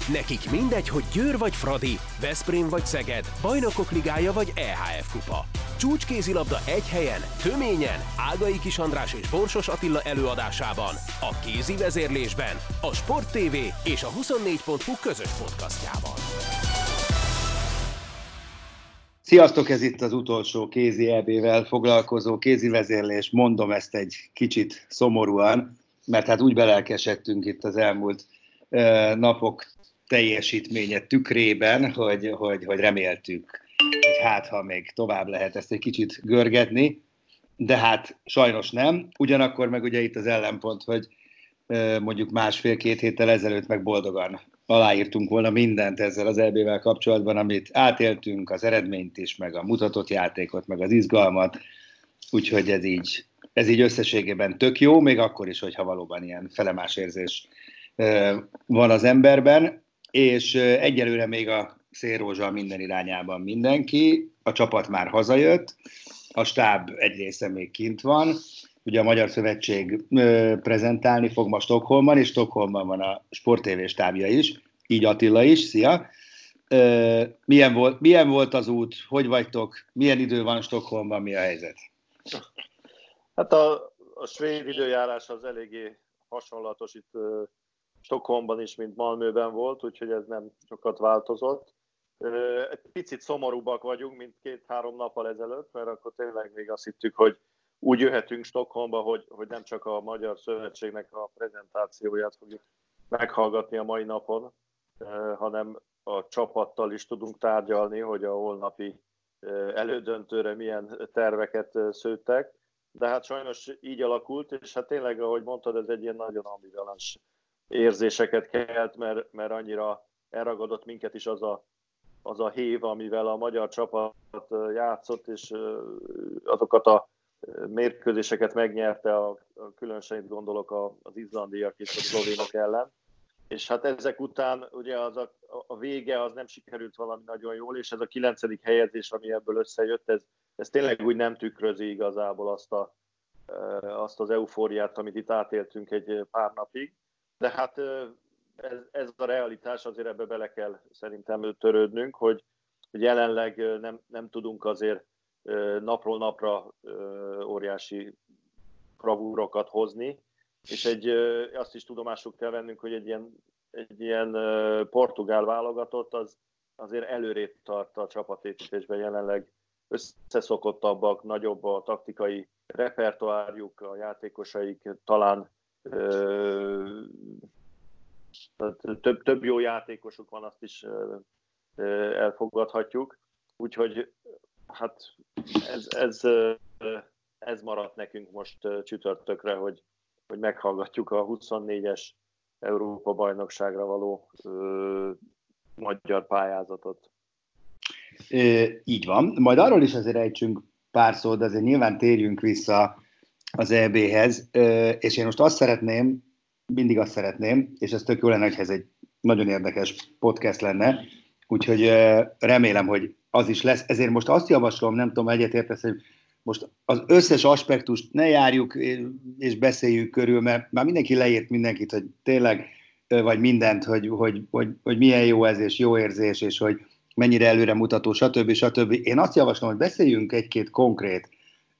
Nekik mindegy, hogy Győr vagy Fradi, Veszprém vagy Szeged, Bajnokok Ligája vagy EHF Kupa. Csúcskézilabda egy helyen, töményen, Ágai Kis András és Borsos Attila előadásában, a kézi vezérlésben, a Sport TV és a 24.hu közös podcastjában. Sziasztok, ez itt az utolsó kézi EB-vel foglalkozó kézivezérlés. Mondom ezt egy kicsit szomorúan, mert hát úgy belelkesedtünk itt az elmúlt napok teljesítménye tükrében, hogy reméltük, hogy hát ha még tovább lehet ezt egy kicsit görgetni, de hát sajnos nem. Ugyanakkor meg ugye itt az ellenpont, hogy mondjuk másfél-két héttel ezelőtt meg boldogan aláírtunk volna mindent ezzel az EB-vel kapcsolatban, amit átéltünk, az eredményt is, meg a mutatott játékot, meg az izgalmat, úgyhogy ez így összességében tök jó, még akkor is, hogyha valóban ilyen felemás érzés van az emberben, és egyelőre még a szélrózsa minden irányában mindenki, a csapat már hazajött, a stáb egy része még kint van, ugye a Magyar Szövetség prezentálni fog ma Stockholmban, és Stockholmban van a Sport TV stábja is, így Attila is, szia! Milyen volt az út, hogy vagytok, milyen idő van Stockholmban, mi a helyzet? Hát a svéd időjárás az eléggé hasonlatos itt Stockholmban is, mint Malmöben volt, úgyhogy ez nem sokat változott. Egy picit szomorúbbak vagyunk, mint 2-3 nappal ezelőtt, mert akkor tényleg még azt hittük, hogy úgy jöhetünk Stockholmba, hogy nem csak a Magyar Szövetségnek a prezentációját fogjuk meghallgatni a mai napon, hanem a csapattal is tudunk tárgyalni, hogy a holnapi elődöntőre milyen terveket szőttek. De hát sajnos így alakult, és hát tényleg, ahogy mondtad, ez egy ilyen nagyon ambivalens érzéseket kelt, mert annyira elragadott minket is az a hév, amivel a magyar csapat játszott, és azokat a mérkőzéseket megnyerte, különösen itt gondolok az izlandiak és a szlovénok ellen. És hát ezek után ugye a vége az nem sikerült valami nagyon jól, és ez a 9. helyezés, ami ebből összejött, ez tényleg úgy nem tükrözi igazából azt az eufóriát, amit itt átéltünk egy pár napig. De hát ez a realitás, azért ebbe bele kell szerintem törődnünk, hogy jelenleg nem tudunk azért napról napra óriási bravúrokat hozni, és azt is tudomásul kell vennünk, hogy egy ilyen portugál válogatott az azért előrébb tart a csapatépítésben jelenleg, összeszokottabbak, nagyobb a taktikai repertoárjuk, a játékosaik talán több jó játékosuk van, azt is elfogadhatjuk. Úgyhogy hát ez maradt nekünk most csütörtökre, hogy meghallgatjuk a 24-es Európa-bajnokságra való magyar pályázatot. Így van. Majd arról is azért ejtsünk pár szót, de azért nyilván térjünk vissza az EB-hez, és én most mindig azt szeretném, és ez tök jó lenne, hogy ez egy nagyon érdekes podcast lenne, úgyhogy remélem, hogy az is lesz. Ezért most azt javaslom, nem tudom, egyetértesz, hogy most az összes aspektust ne járjuk és beszéljük körül, mert már mindenki leírt mindenkit, hogy tényleg, vagy mindent, hogy milyen jó ez, és jó érzés, és hogy mennyire előremutató, stb. Én azt javaslom, hogy beszéljünk egy-két konkrét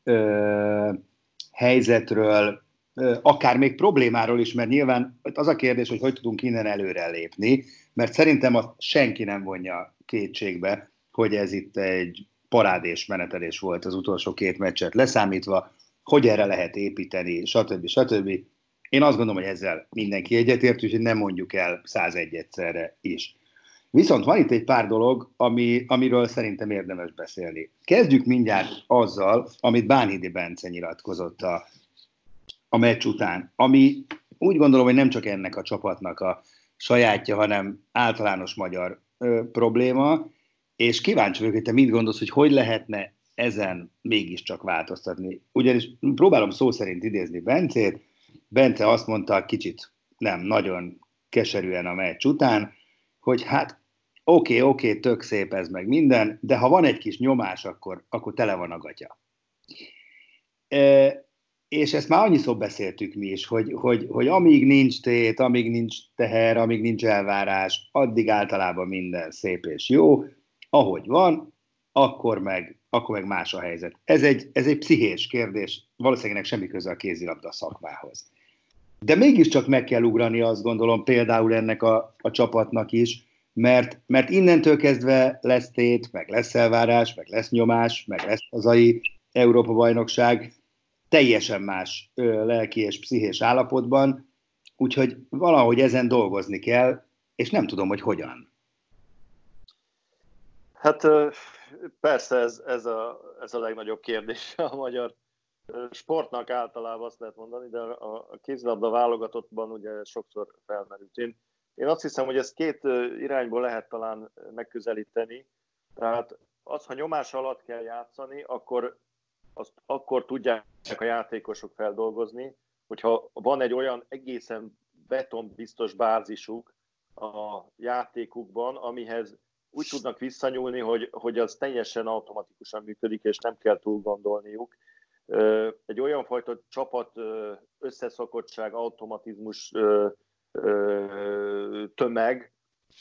helyzetről, akár még problémáról is, mert nyilván az a kérdés, hogy tudunk innen előre lépni, mert szerintem senki nem vonja kétségbe, hogy ez itt egy parádés menetelés volt az utolsó 2 meccset leszámítva, hogy erre lehet építeni, stb. Én azt gondolom, hogy ezzel mindenki egyetért, úgyhogy nem mondjuk el 101 egyszerre is. Viszont van itt egy pár dolog, amiről szerintem érdemes beszélni. Kezdjük mindjárt azzal, amit Bánhidi Bence nyilatkozott a meccs után, ami úgy gondolom, hogy nem csak ennek a csapatnak a sajátja, hanem általános magyar probléma, és kíváncsi vagyok, hogy te mit gondolsz, hogy lehetne ezen mégiscsak változtatni. Ugyanis próbálom szó szerint idézni Bencét. Bence azt mondta kicsit, nem, nagyon keserűen a meccs után, hogy hát oké, tök szép ez meg minden, de ha van egy kis nyomás, akkor tele van a gatya. és ezt már annyiszor beszéltük mi is, hogy amíg nincs tét, amíg nincs teher, amíg nincs elvárás, addig általában minden szép és jó, ahogy van, akkor meg más a helyzet. Ez egy pszichés kérdés, valószínűleg semmi köze a kézilabda szakmához. De mégiscsak meg kell ugrani, azt gondolom, például ennek a csapatnak is, mert innentől kezdve lesz tét, meg lesz elvárás, meg lesz nyomás, meg lesz hazai Európa-bajnokság, teljesen más lelki és pszichés állapotban, úgyhogy valahogy ezen dolgozni kell, és nem tudom, hogy hogyan. Hát persze ez a legnagyobb kérdés a magyar sportnak, általában azt lehet mondani, de a kézilabda válogatottban ugye sokszor felmerült. Én azt hiszem, hogy ezt két irányból lehet talán megközelíteni. Tehát az, ha nyomás alatt kell játszani, akkor tudják a játékosok feldolgozni, hogyha van egy olyan egészen betonbiztos bázisuk a játékukban, amihez úgy tudnak visszanyúlni, hogy az teljesen automatikusan működik, és nem kell túl gondolniuk. Egy olyan fajta csapat összeszokottság, automatizmus tömeg,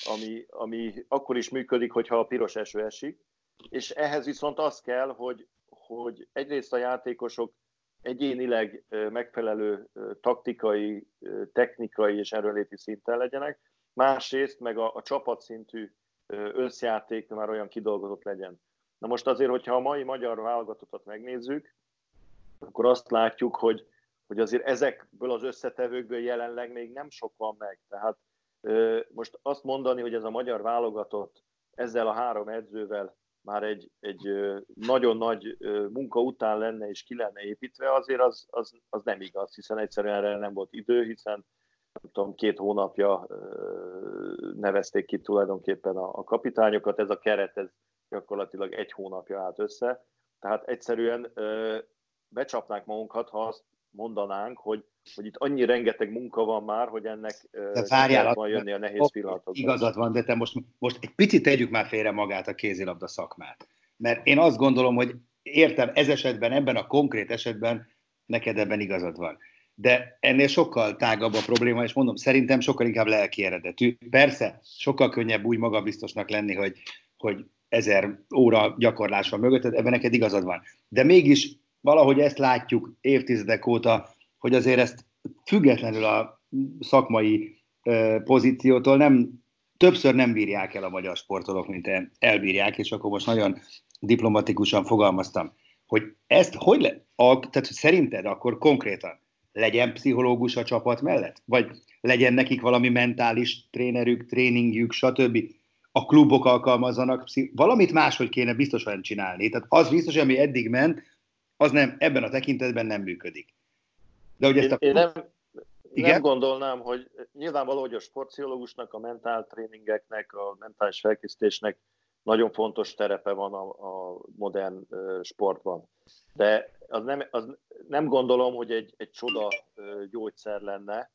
ami akkor is működik, hogyha a piros eső esik, és ehhez viszont az kell, hogy egyrészt a játékosok egyénileg megfelelő taktikai, technikai és erőnléti szinten legyenek, másrészt meg a csapatszintű összjáték már olyan kidolgozott legyen. Na most azért, hogyha a mai magyar válogatottat megnézzük, akkor azt látjuk, hogy azért ezekből az összetevőkből jelenleg még nem sok van meg. Tehát most azt mondani, hogy ez a magyar válogatott ezzel a 3 edzővel már egy nagyon nagy munka után lenne és ki lenne építve, azért az nem igaz, hiszen egyszerűen erre nem volt idő, hiszen nem tudom, 2 hónapja nevezték ki tulajdonképpen a kapitányokat, ez a keret ez gyakorlatilag 1 hónapja állt össze, tehát egyszerűen becsapnánk magunkat, ha azt mondanánk, hogy itt annyi rengeteg munka van már, hogy ennek van jönni a nehéz pillanatokban. Igazad van, de te most egy picit tegyük már félre magát a kézilabda szakmát. Mert én azt gondolom, hogy értem, ez esetben, ebben a konkrét esetben neked ebben igazad van. De ennél sokkal tágabb a probléma, és mondom, szerintem sokkal inkább lelki eredetű. Persze, sokkal könnyebb úgy magabiztosnak lenni, hogy 1000 óra gyakorlás van mögötted, ebben neked igazad van. De mégis valahogy ezt látjuk évtizedek óta, hogy azért ezt függetlenül a szakmai pozíciótól többször nem bírják el a magyar sportolók, mint elbírják, és akkor most nagyon diplomatikusan fogalmaztam, hogy ezt tehát szerinted akkor konkrétan legyen pszichológus a csapat mellett? Vagy legyen nekik valami mentális trénerük, tréningjük, stb. A klubok alkalmazzanak, valamit máshogy kéne biztosan csinálni. Tehát az biztos, ami eddig ment, az nem, ebben a tekintetben nem működik. De hogy ezt Én nem gondolnám, hogy nyilvánvaló, hogy a sportpszichológusnak, a mentál tréningeknek, a mentális felkészítésnek nagyon fontos terepe van a modern sportban. De az nem gondolom, hogy egy csoda gyógyszer lenne.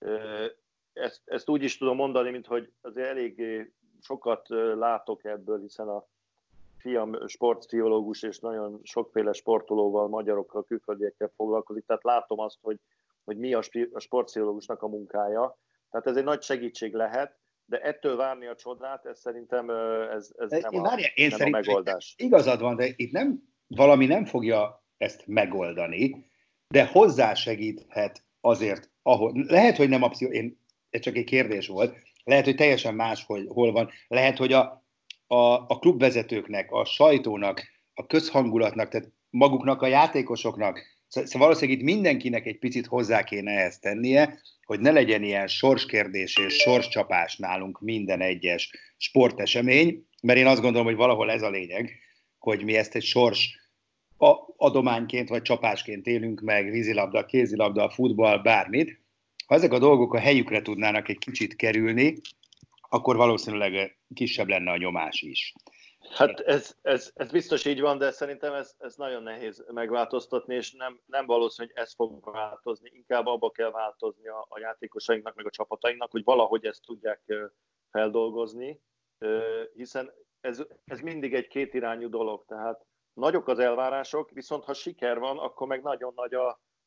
Ezt úgy is tudom mondani, mint hogy azért elég sokat látok ebből, hiszen a fiam sportpszichológus, és nagyon sokféle sportolóval, magyarokkal, külföldiekkel foglalkozik, tehát látom azt, hogy mi a sportpszichológusnak a munkája. Tehát ez egy nagy segítség lehet, de ettől várni a csodát, ez szerintem ez nem a megoldás. Igazad van, de itt valami nem fogja ezt megoldani, de hozzásegíthet azért, lehet, hogy nem ez csak egy kérdés volt, lehet, hogy teljesen más, hogy hol van, lehet, hogy a klubvezetőknek, a sajtónak, a közhangulatnak, tehát maguknak, a játékosoknak, szóval valószínűleg itt mindenkinek egy picit hozzá kéne ehhez tennie, hogy ne legyen ilyen sorskérdés és sorscsapás nálunk minden egyes sportesemény, mert én azt gondolom, hogy valahol ez a lényeg, hogy mi ezt egy sors adományként vagy csapásként élünk meg, vízilabda, kézilabda, futball, bármit. Ha ezek a dolgok a helyükre tudnának egy kicsit kerülni, akkor valószínűleg kisebb lenne a nyomás is. Hát ez biztos így van, de szerintem ez nagyon nehéz megváltoztatni, és nem valószínű, hogy ez fog változni. Inkább abba kell változni a játékosainknak, meg a csapatainknak, hogy valahogy ezt tudják feldolgozni, hiszen ez mindig egy kétirányú dolog. Tehát nagyok az elvárások, viszont ha siker van, akkor meg nagyon nagy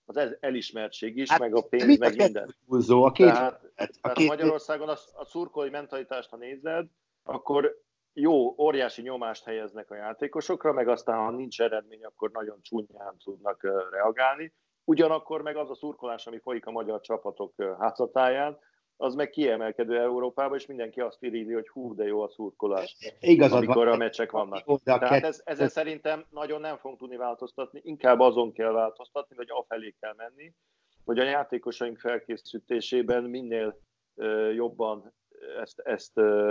az elismertség is, Hát, meg a pénz, meg minden. Tehát Magyarországon a szurkolói mentalitást, ha nézed, akkor jó, óriási nyomást helyeznek a játékosokra, meg aztán, ha nincs eredmény, akkor nagyon csúnyán tudnak reagálni. Ugyanakkor meg az a szurkolás, ami folyik a magyar csapatok házatáján, az meg kiemelkedő Európába, és mindenki azt iríli, hogy hú, de jó a szurkolás, amikor a meccsek vannak. Tehát ezen szerintem nagyon nem fogunk tudni változtatni, inkább azon kell változtatni, vagy afelé kell menni, hogy a játékosaink felkészítésében minél jobban ezt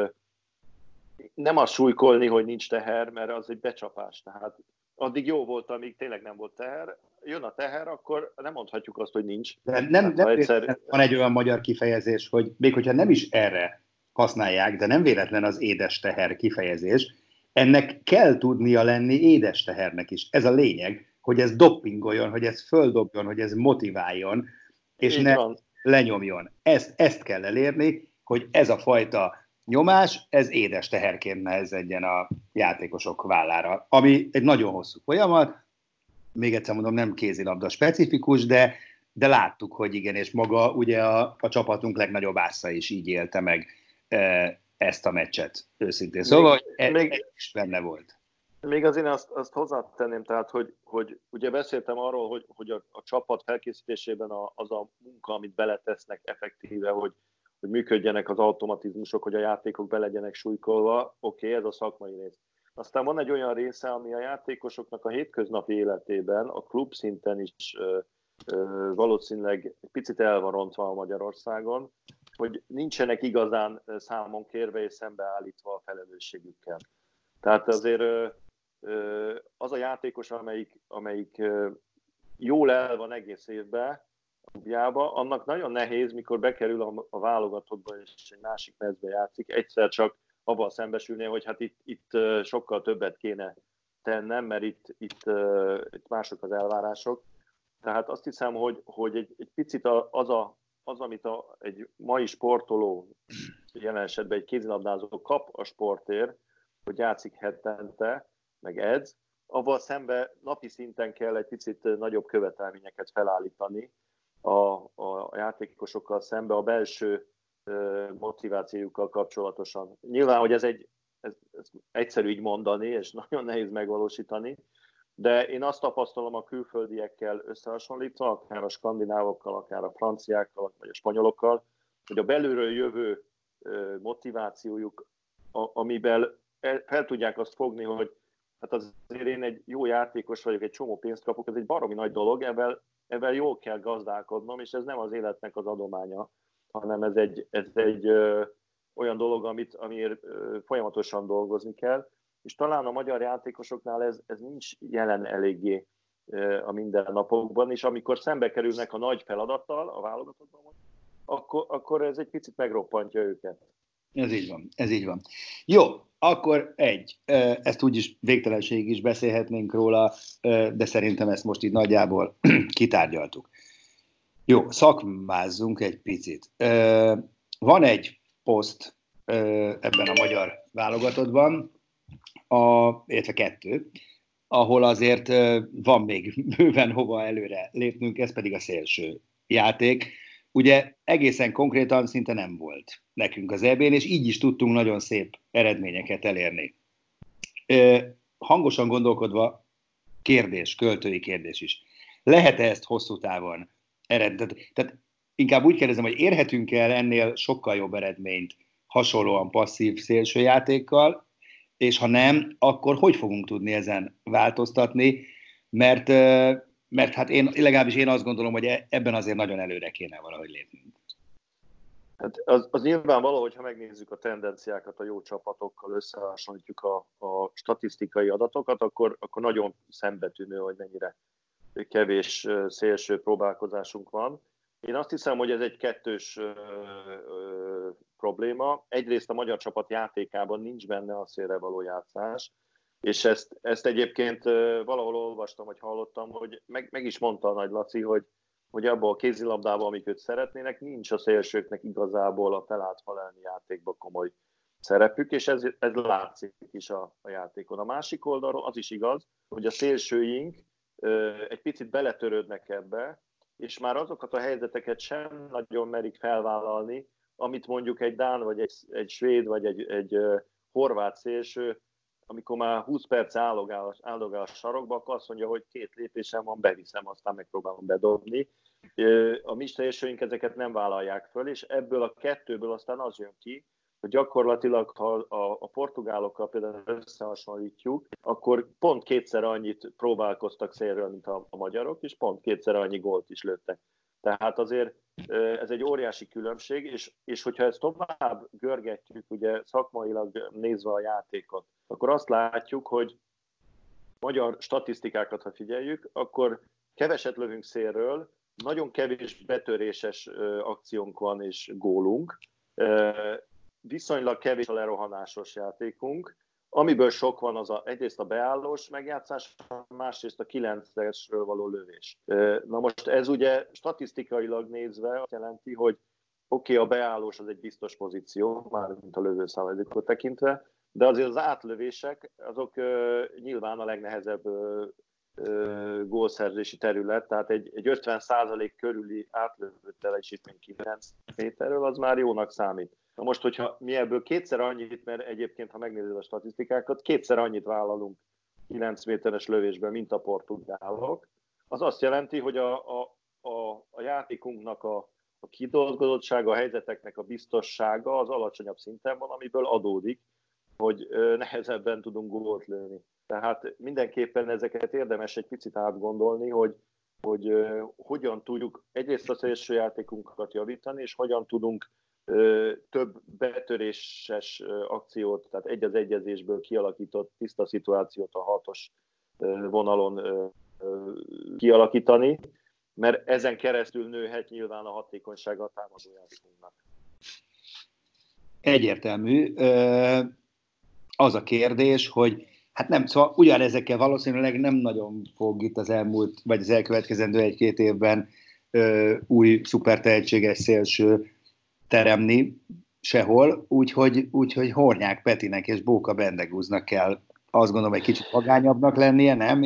nem azt súlykolni, hogy nincs teher, mert az egy becsapás. Tehát addig jó volt, amíg tényleg nem volt teher. Jön a teher, akkor nem mondhatjuk azt, hogy nincs. Nem van egy olyan magyar kifejezés, hogy még hogyha nem is erre használják, de nem véletlen az édes teher kifejezés, ennek kell tudnia lenni édes tehernek is. Ez a lényeg, hogy ez doppingoljon, hogy ez földobjon, hogy ez motiváljon, és ne lenyomjon. Ezt kell elérni, hogy ez a fajta nyomás, ez édes teherként nehezedjen a játékosok vállára, ami egy nagyon hosszú folyamat, még egyszer mondom, nem kézilabda specifikus, de láttuk, hogy igen, és maga ugye a csapatunk legnagyobb ásza is így élte meg ezt a meccset, őszintén. Szóval még is benne volt. Még az én azt hozzátenném, tehát, hogy ugye beszéltem arról, hogy a csapat felkészítésében az a munka, amit beletesznek effektíve, hogy működjenek az automatizmusok, hogy a játékok be legyenek súlykolva, oké, ez a szakmai rész. Aztán van egy olyan része, ami a játékosoknak a hétköznapi életében, a klub szinten is valószínűleg egy picit el van rontva a Magyarországon, hogy nincsenek igazán számon kérve és szembeállítva a felelősségükkel. Tehát azért az a játékos, amelyik jól el van egész évben, annak nagyon nehéz, mikor bekerül a válogatottba és egy másik mezbe játszik, egyszer csak abban szembesülni, hogy hát itt sokkal többet kéne tennem, mert itt mások az elvárások. Tehát azt hiszem, hogy egy picit az amit egy mai sportoló, jelen esetben egy kézilabdázó kap a sportért, hogy játszik hetente, meg edz, avval szemben napi szinten kell egy picit nagyobb követelményeket felállítani a játékosokkal szembe a belső motivációjukkal kapcsolatosan. Nyilván, hogy ez egyszerű így mondani, és nagyon nehéz megvalósítani, de én azt tapasztalom a külföldiekkel összehasonlítva, akár a skandinávokkal, akár a franciákkal, vagy a spanyolokkal, hogy a belülről jövő motivációjuk, amiben fel tudják azt fogni, hogy hát azért én egy jó játékos vagyok, egy csomó pénzt kapok, ez egy baromi nagy dolog, ebben jól kell gazdálkodnom, és ez nem az életnek az adománya, hanem ez egy olyan dolog, amiért folyamatosan dolgozni kell, és talán a magyar játékosoknál ez nincs jelen eléggé a mindennapokban, és amikor szembe kerülnek a nagy feladattal, a válogatottban, akkor ez egy picit megroppantja őket. Ez így van. Jó, akkor ezt úgyis végtelenségig is beszélhetnénk róla, de szerintem ezt most így nagyjából kitárgyaltuk. Jó, szakmázzunk egy picit. Van egy poszt ebben a magyar válogatottban, illetve 2, ahol azért van még bőven hova előre lépnünk, ez pedig a szélső játék. Ugye egészen konkrétan szinte nem volt nekünk az EB-n, és így is tudtunk nagyon szép eredményeket elérni. Hangosan gondolkodva, költői kérdés is. Lehet-e ezt hosszú távon eredményt? Tehát inkább úgy kérdezem, hogy érhetünk el ennél sokkal jobb eredményt hasonlóan passzív szélsőjátékkal, és ha nem, akkor hogy fogunk tudni ezen változtatni? Mert hát legalábbis én azt gondolom, hogy ebben azért nagyon előre kéne valahogy lépnünk. Hát az nyilvánvaló, hogyha megnézzük a tendenciákat a jó csapatokkal, összehasonlítjuk a statisztikai adatokat, akkor nagyon szembetűnő, hogy mennyire kevés szélső próbálkozásunk van. Én azt hiszem, hogy ez egy kettős probléma. Egyrészt a magyar csapat játékában nincs benne a szélre való játszás, és ezt egyébként valahol olvastam, vagy hallottam, hogy meg is mondta a Nagy Laci, hogy abban a kézilabdában, amik őt szeretnének, nincs a szélsőknek igazából a felállt fal elleni játékban komoly szerepük, és ez látszik is a játékon. A másik oldalról az is igaz, hogy a szélsőink egy picit beletörődnek ebbe, és már azokat a helyzeteket sem nagyon merik felvállalni, amit mondjuk egy dán, vagy egy svéd, vagy egy horvát szélső, amikor már 20 perc áldogál a sarokba, akkor azt mondja, hogy 2 lépésem van, beviszem, aztán megpróbálom bedobni. A mi szélsőink ezeket nem vállalják föl, és ebből a kettőből aztán az jön ki, hogy gyakorlatilag, ha a portugálokkal például összehasonlítjuk, akkor pont 2-szer annyit próbálkoztak szélről, mint a magyarok, és pont 2-szer annyi gólt is lőttek. Tehát azért ez egy óriási különbség, és hogyha ezt tovább görgetjük, ugye szakmailag nézve a játékot, akkor azt látjuk, hogy magyar statisztikákat, ha figyeljük, akkor keveset lövünk szélről, nagyon kevés betöréses akciónk van és gólunk, viszonylag kevés a lerohanásos játékunk, amiből sok van az egyrészt a beállós megjátszás, másrészt a 9-esről való lövés. Na most ez ugye statisztikailag nézve azt jelenti, hogy oké, a beállós az egy biztos pozíció, már mint a lövőszámadékot tekintve, de azért az átlövések azok nyilván a legnehezebb gólszerzési terület, tehát egy 50% körüli átlövő teljesítmény 9 méterről, az már jónak számít. Na most, hogyha mi ebből 2-szer annyit, mert egyébként, ha megnézed a statisztikákat, 2-szer annyit vállalunk 9 méteres lövésben, mint a portugálok, az azt jelenti, hogy a játékunknak a kidolgozottsága, a helyzeteknek a biztossága az alacsonyabb szinten van, amiből adódik, hogy nehezebben tudunk gólt lőni. Tehát mindenképpen ezeket érdemes egy picit átgondolni, hogy hogyan tudjuk egyrészt a szélső játékunkat javítani, és hogyan tudunk több betöréses akciót, tehát egy az egyezésből kialakított tiszta szituációt a 6-os vonalon kialakítani, mert ezen keresztül nőhet nyilván a hatékonysága a támadójátékunknak. Egyértelmű. Az a kérdés, hogy hát nem, szóval ugyanezekkel valószínűleg nem nagyon fog itt az elmúlt, vagy az elkövetkezendő 1-2 évben új szupertehetséges szélső teremni sehol, úgyhogy Hornyák Petinek és Bóka Bendegúznak kell, azt gondolom, egy kicsit vagányabbnak lennie, nem?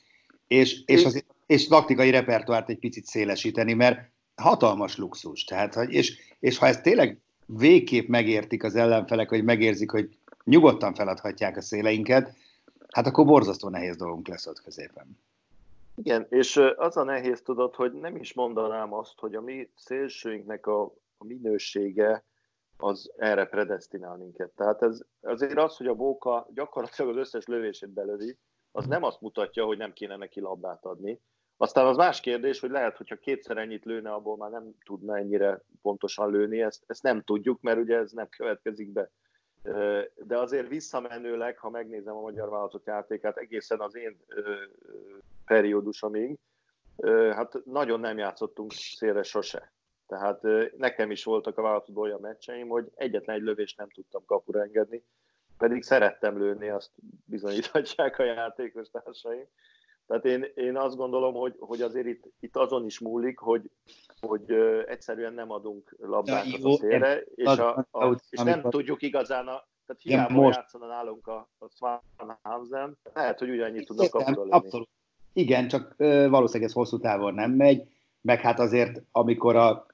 És taktikai repertoárt egy picit szélesíteni, mert hatalmas luxus. Tehát, és ha ezt tényleg végképp megértik az ellenfelek, hogy megérzik, hogy nyugodtan feladhatják a széleinket, hát akkor borzasztó nehéz dolgunk lesz ott középen. Igen, és az a nehéz, tudod, hogy nem is mondanám azt, hogy a mi szélsőinknek a minősége az erre predesztinál minket. Tehát ez azért az, hogy a Bóka gyakorlatilag az összes lövését belövi, az nem azt mutatja, hogy nem kéne neki labdát adni. Aztán az más kérdés, hogy lehet, hogyha 2-szer ennyit lőne, abból már nem tudna ennyire pontosan lőni, ezt nem tudjuk, mert ugye ez nem következik be. De azért visszamenőleg, ha megnézem a magyar válogatott játékát, egészen az én periódusomig, hát nagyon nem játszottunk szélre sose. Tehát nekem is voltak a válogatottban olyan meccseim, hogy egyetlen egy lövést nem tudtam kapura engedni, pedig szerettem lőni, azt bizonyíthatják a játékos társaim. Tehát én azt gondolom, hogy azért itt azon is múlik, hogy egyszerűen nem adunk labdákat a szélre, és nem tudjuk igazán, tehát hiába játszana nálunk a Svan Hansen, lehet, hogy ugyannyit tudnak kapura lőni. Abszolút. Igen, csak valószínűleg ez hosszú távon nem megy, meg hát azért, amikor a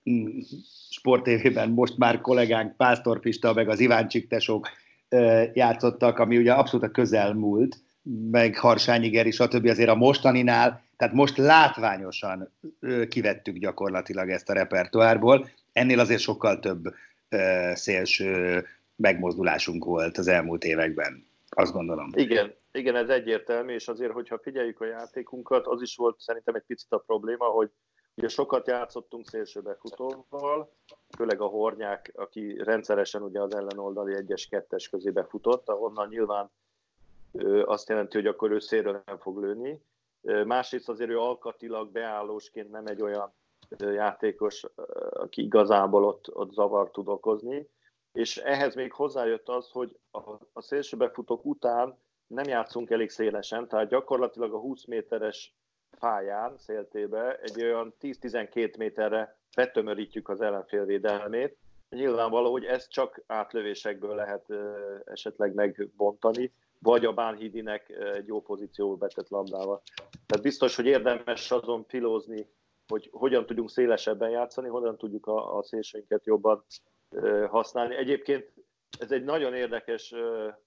Sport TV-ben most már kollégánk Pásztor Pista, meg az Iváncsik tesók játszottak, ami ugye abszolút a közelmúlt, meg Harsányi Geri, stb. Azért a mostaninál, tehát most látványosan kivettük gyakorlatilag ezt a repertoárból. Ennél azért sokkal több szélső megmozdulásunk volt az elmúlt években, azt gondolom. Igen, ez egyértelmű, és azért, hogyha figyeljük a játékunkat, az is volt szerintem egy picit a probléma, hogy ugye sokat játszottunk szélsőbefutóval, főleg a Hornyák, aki rendszeresen ugye az ellenoldali 1-2-es közé befutott, ahonnan nyilván azt jelenti, hogy akkor ő szélről nem fog lőni. Másrészt azért ő alkatilag beállósként nem egy olyan játékos, aki igazából ott zavar tud okozni. És ehhez még hozzájött az, hogy a szélsőbefutók után nem játszunk elég szélesen, tehát gyakorlatilag a 20 méteres pályán, széltébe egy olyan 10-12 méterre betömörítjük az ellenfél védelmét. Nyilvánvaló, hogy ezt csak átlövésekből lehet esetleg megbontani, vagy a Bánhidinek egy jó pozícióba betett labdával. Tehát biztos, hogy érdemes azon filózni hogy hogyan tudjunk szélesebben játszani, hogyan tudjuk a szélsőinket jobban használni. Egyébként ez egy nagyon érdekes,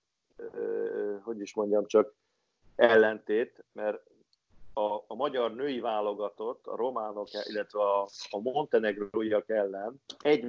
hogy is mondjam csak, ellentét, mert a magyar női válogatott, a románok, illetve a montenegróiak ellen egy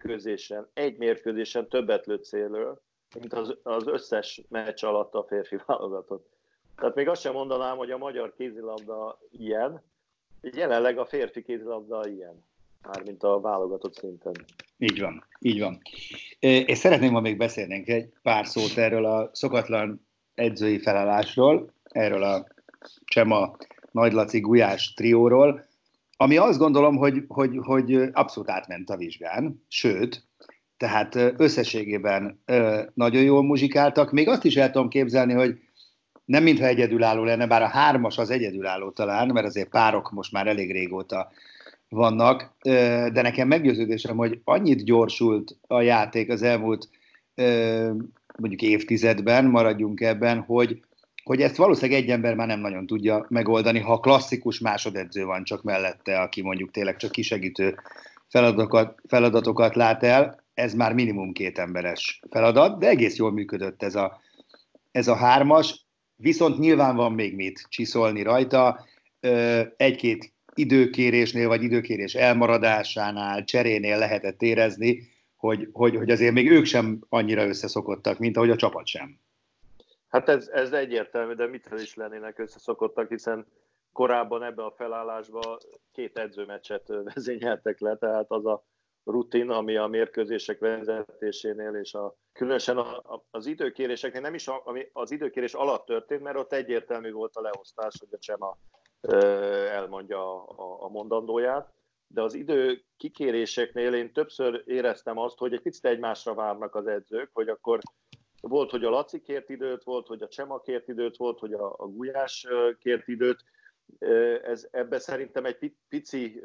mérkőzésen többet lőtt célről, mint az összes meccs alatt a férfi válogatott. Tehát még azt sem mondanám, hogy a magyar kézilabda ilyen, jelenleg a férfi kézilabda ilyen, mármint a válogatott szinten. Így van, így van. És szeretném, ha még beszélnénk egy pár szót erről a szokatlan edzői felállásról, erről a Csema, Nagy Laci, Gulyás trióról, ami azt gondolom, hogy abszolút átment a vizsgán, sőt, tehát összességében nagyon jól muzsikáltak. Még azt is el tudom képzelni, hogy nem mintha egyedülálló lenne, bár a 3-as az egyedülálló talán, mert azért párok most már elég régóta vannak, de nekem meggyőződésem, hogy annyit gyorsult a játék az elmúlt mondjuk évtizedben, maradjunk ebben, hogy ezt valószínűleg egy ember már nem nagyon tudja megoldani, ha klasszikus másodedző van csak mellette, aki mondjuk tényleg csak kisegítő feladatokat lát el, ez már minimum 2 emberes feladat, de egész jól működött ez a 3-as, viszont nyilván van még mit csiszolni rajta, egy-két időkérésnél, vagy időkérés elmaradásánál, cserénél lehetett érezni, hogy azért még ők sem annyira összeszokottak, mint ahogy a csapat sem. Hát ez egyértelmű, de mitől is lennének összeszokottak, hiszen korábban ebbe a felállásba 2 edzőmeccset vezényeltek le, tehát az a rutin, ami a mérkőzések vezetésénél, és különösen az időkéréseknél nem is ami az időkérés alatt történt, mert ott egyértelmű volt a leosztás, hogy a Csema elmondja a mondandóját, de az idő kikéréseknél én többször éreztem azt, hogy egy picit egymásra várnak az edzők, hogy akkor volt, hogy a Laci kért időt, volt, hogy a Csema kért időt, volt, hogy a Gulyás kért időt. Ebben szerintem egy pici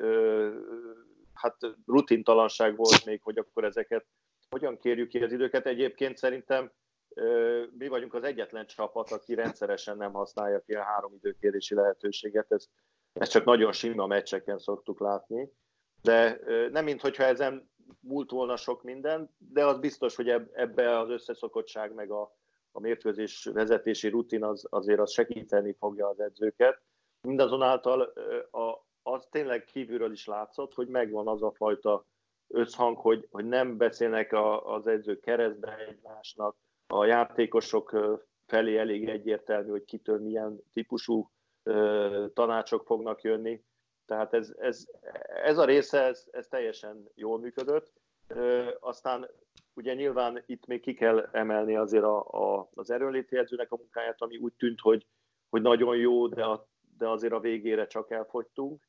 rutintalanság volt még, hogy akkor ezeket hogyan kérjük ki az időket. Egyébként szerintem mi vagyunk az egyetlen csapat, aki rendszeresen nem használja ki a 3 időkérési lehetőséget. Ezt csak nagyon sima meccseken szoktuk látni. De nem minthogyha ezen múlt volna sok minden, de az biztos, hogy ebbe az összeszokottság meg a mérkőzés vezetési rutin azért az segíteni fogja az edzőket. Mindazonáltal az tényleg kívülről is látszott, hogy megvan az a fajta összhang, hogy nem beszélnek az edzők keresztbe egymásnak, a játékosok felé elég egyértelmű, hogy kitől milyen típusú tanácsok fognak jönni. Tehát ez a része, ez teljesen jól működött. Aztán ugye nyilván itt még ki kell emelni azért az erőnléti edzőnek a munkáját, ami úgy tűnt, hogy nagyon jó, de azért a végére csak elfogytunk.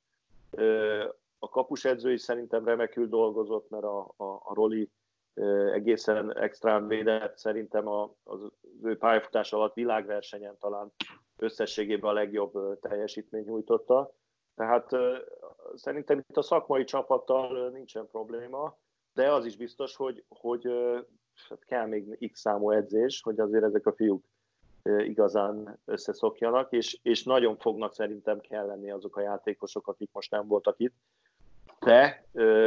A kapus edző is szerintem remekül dolgozott, mert a Roli egészen extrán védett, szerintem az ő pályafutás alatt világversenyen talán összességében a legjobb teljesítményt nyújtotta. Tehát szerintem itt a szakmai csapattal nincsen probléma, de az is biztos, hogy kell még x számú edzés, hogy azért ezek a fiúk igazán összeszokjanak, és nagyon fognak szerintem kell lenni azok a játékosok, akik most nem voltak itt. De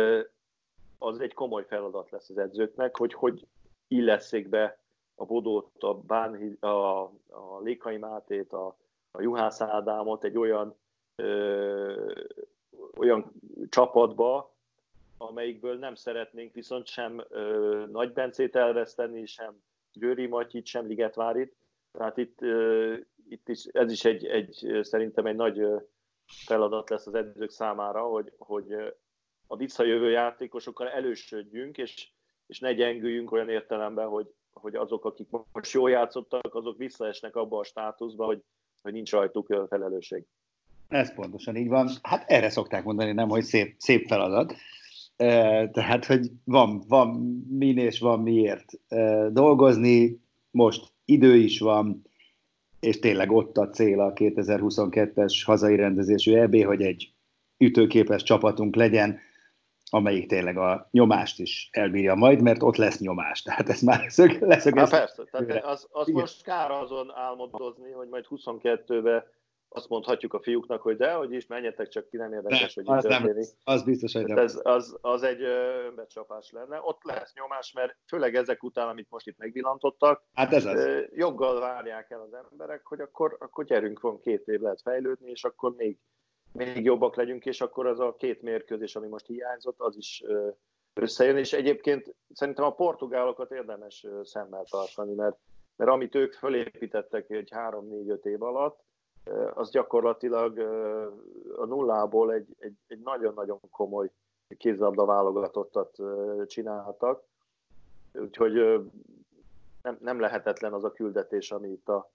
az egy komoly feladat lesz az edzőknek, hogy illesszék be a Bodót, a Lékai Mátét, a Juhász Ádámot egy olyan csapatba, amelyikből nem szeretnénk viszont sem Nagy Bencét elveszteni, sem Győri Matyit, sem Ligetvárit. Tehát itt is, ez is szerintem egy nagy feladat lesz az edzők számára, hogy a visszajövő játékosokkal elősödjünk, és ne gyengüljünk olyan értelemben, hogy azok, akik most jól játszottak, azok visszaesnek abba a státuszba, hogy nincs rajtuk felelősség. Ez pontosan így van. Hát erre szokták mondani, nem, hogy szép feladat. Tehát, hogy van min és van miért dolgozni, most idő is van, és tényleg ott a cél a 2022-es hazai rendezésű EB, hogy egy ütőképes csapatunk legyen, amelyik tényleg a nyomást is elbírja majd, mert ott lesz nyomás. Tehát ez már leszögezhető. Persze, tehát az most kár azon álmodozni, hogy majd 22-ben azt mondhatjuk a fiúknak, hogy hogy is, menjetek csak ki, nem érdekes, hogy itt történik. Az biztos, hogy nem. Az egy önbecsapás lenne. Ott lesz nyomás, mert főleg ezek után, amit most itt megvillantottak, hát ez az. Joggal várják el az emberek, hogy akkor gyerünk, van 2 év lehet fejlődni, és akkor még jobbak legyünk, és akkor az a 2 mérkőzés, ami most hiányzott, az is összejön, és egyébként szerintem a portugálokat érdemes szemmel tartani, mert amit ők fölépítettek egy 3-4-5 év alatt, az gyakorlatilag a nullából egy nagyon-nagyon komoly kézilabda válogatottat csináltak, úgyhogy nem lehetetlen az a küldetés, ami itt a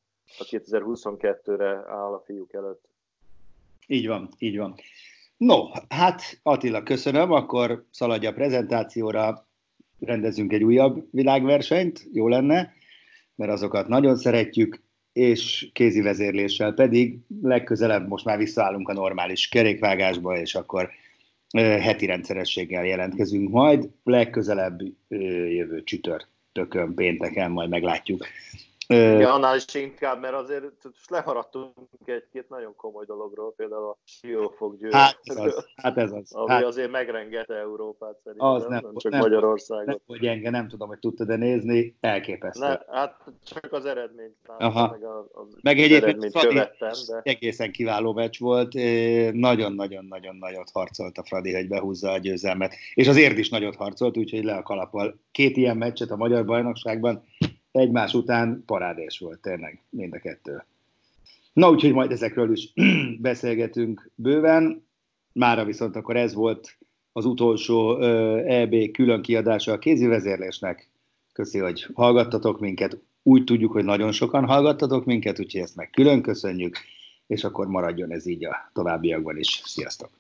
2022-re áll a fiúk előtt. Így van, így van. No, hát Attila, köszönöm, akkor szaladj a prezentációra, rendezünk egy újabb világversenyt, jó lenne, mert azokat nagyon szeretjük, és kézi vezérléssel pedig legközelebb most már visszaállunk a normális kerékvágásba, és akkor heti rendszerességgel jelentkezünk majd, legközelebb jövő csütörtökön, pénteken majd meglátjuk. Ja, annál is inkább, mert azért lemaradtunk egy-két nagyon komoly dologról, például a Siófok-Győr. Hát ez az. Ami azért megrengette Európát szerintem, az nem csak Magyarországot. Nem, hogy gyenge, nem tudom, hogy tudtad-e nézni, elképesztő. Hát csak az eredményt meg egyébként eredményt követtem. De... egészen kiváló meccs volt, nagyon-nagyon-nagyon nagyot harcolt a Fradi, hogy behúzza a győzelmet, és azért is nagyot harcolt, úgyhogy le a kalappal. 2 ilyen meccset a magyar bajnokságban egymás után parádés volt tényleg mind a 2. Na, úgyhogy majd ezekről is beszélgetünk bőven. Mára viszont akkor ez volt az utolsó EB külön kiadása a kézi vezérlésnek. Köszi, hogy hallgattatok minket. Úgy tudjuk, hogy nagyon sokan hallgattatok minket, úgyhogy ezt meg külön köszönjük, és akkor maradjon ez így a továbbiakban is. Sziasztok!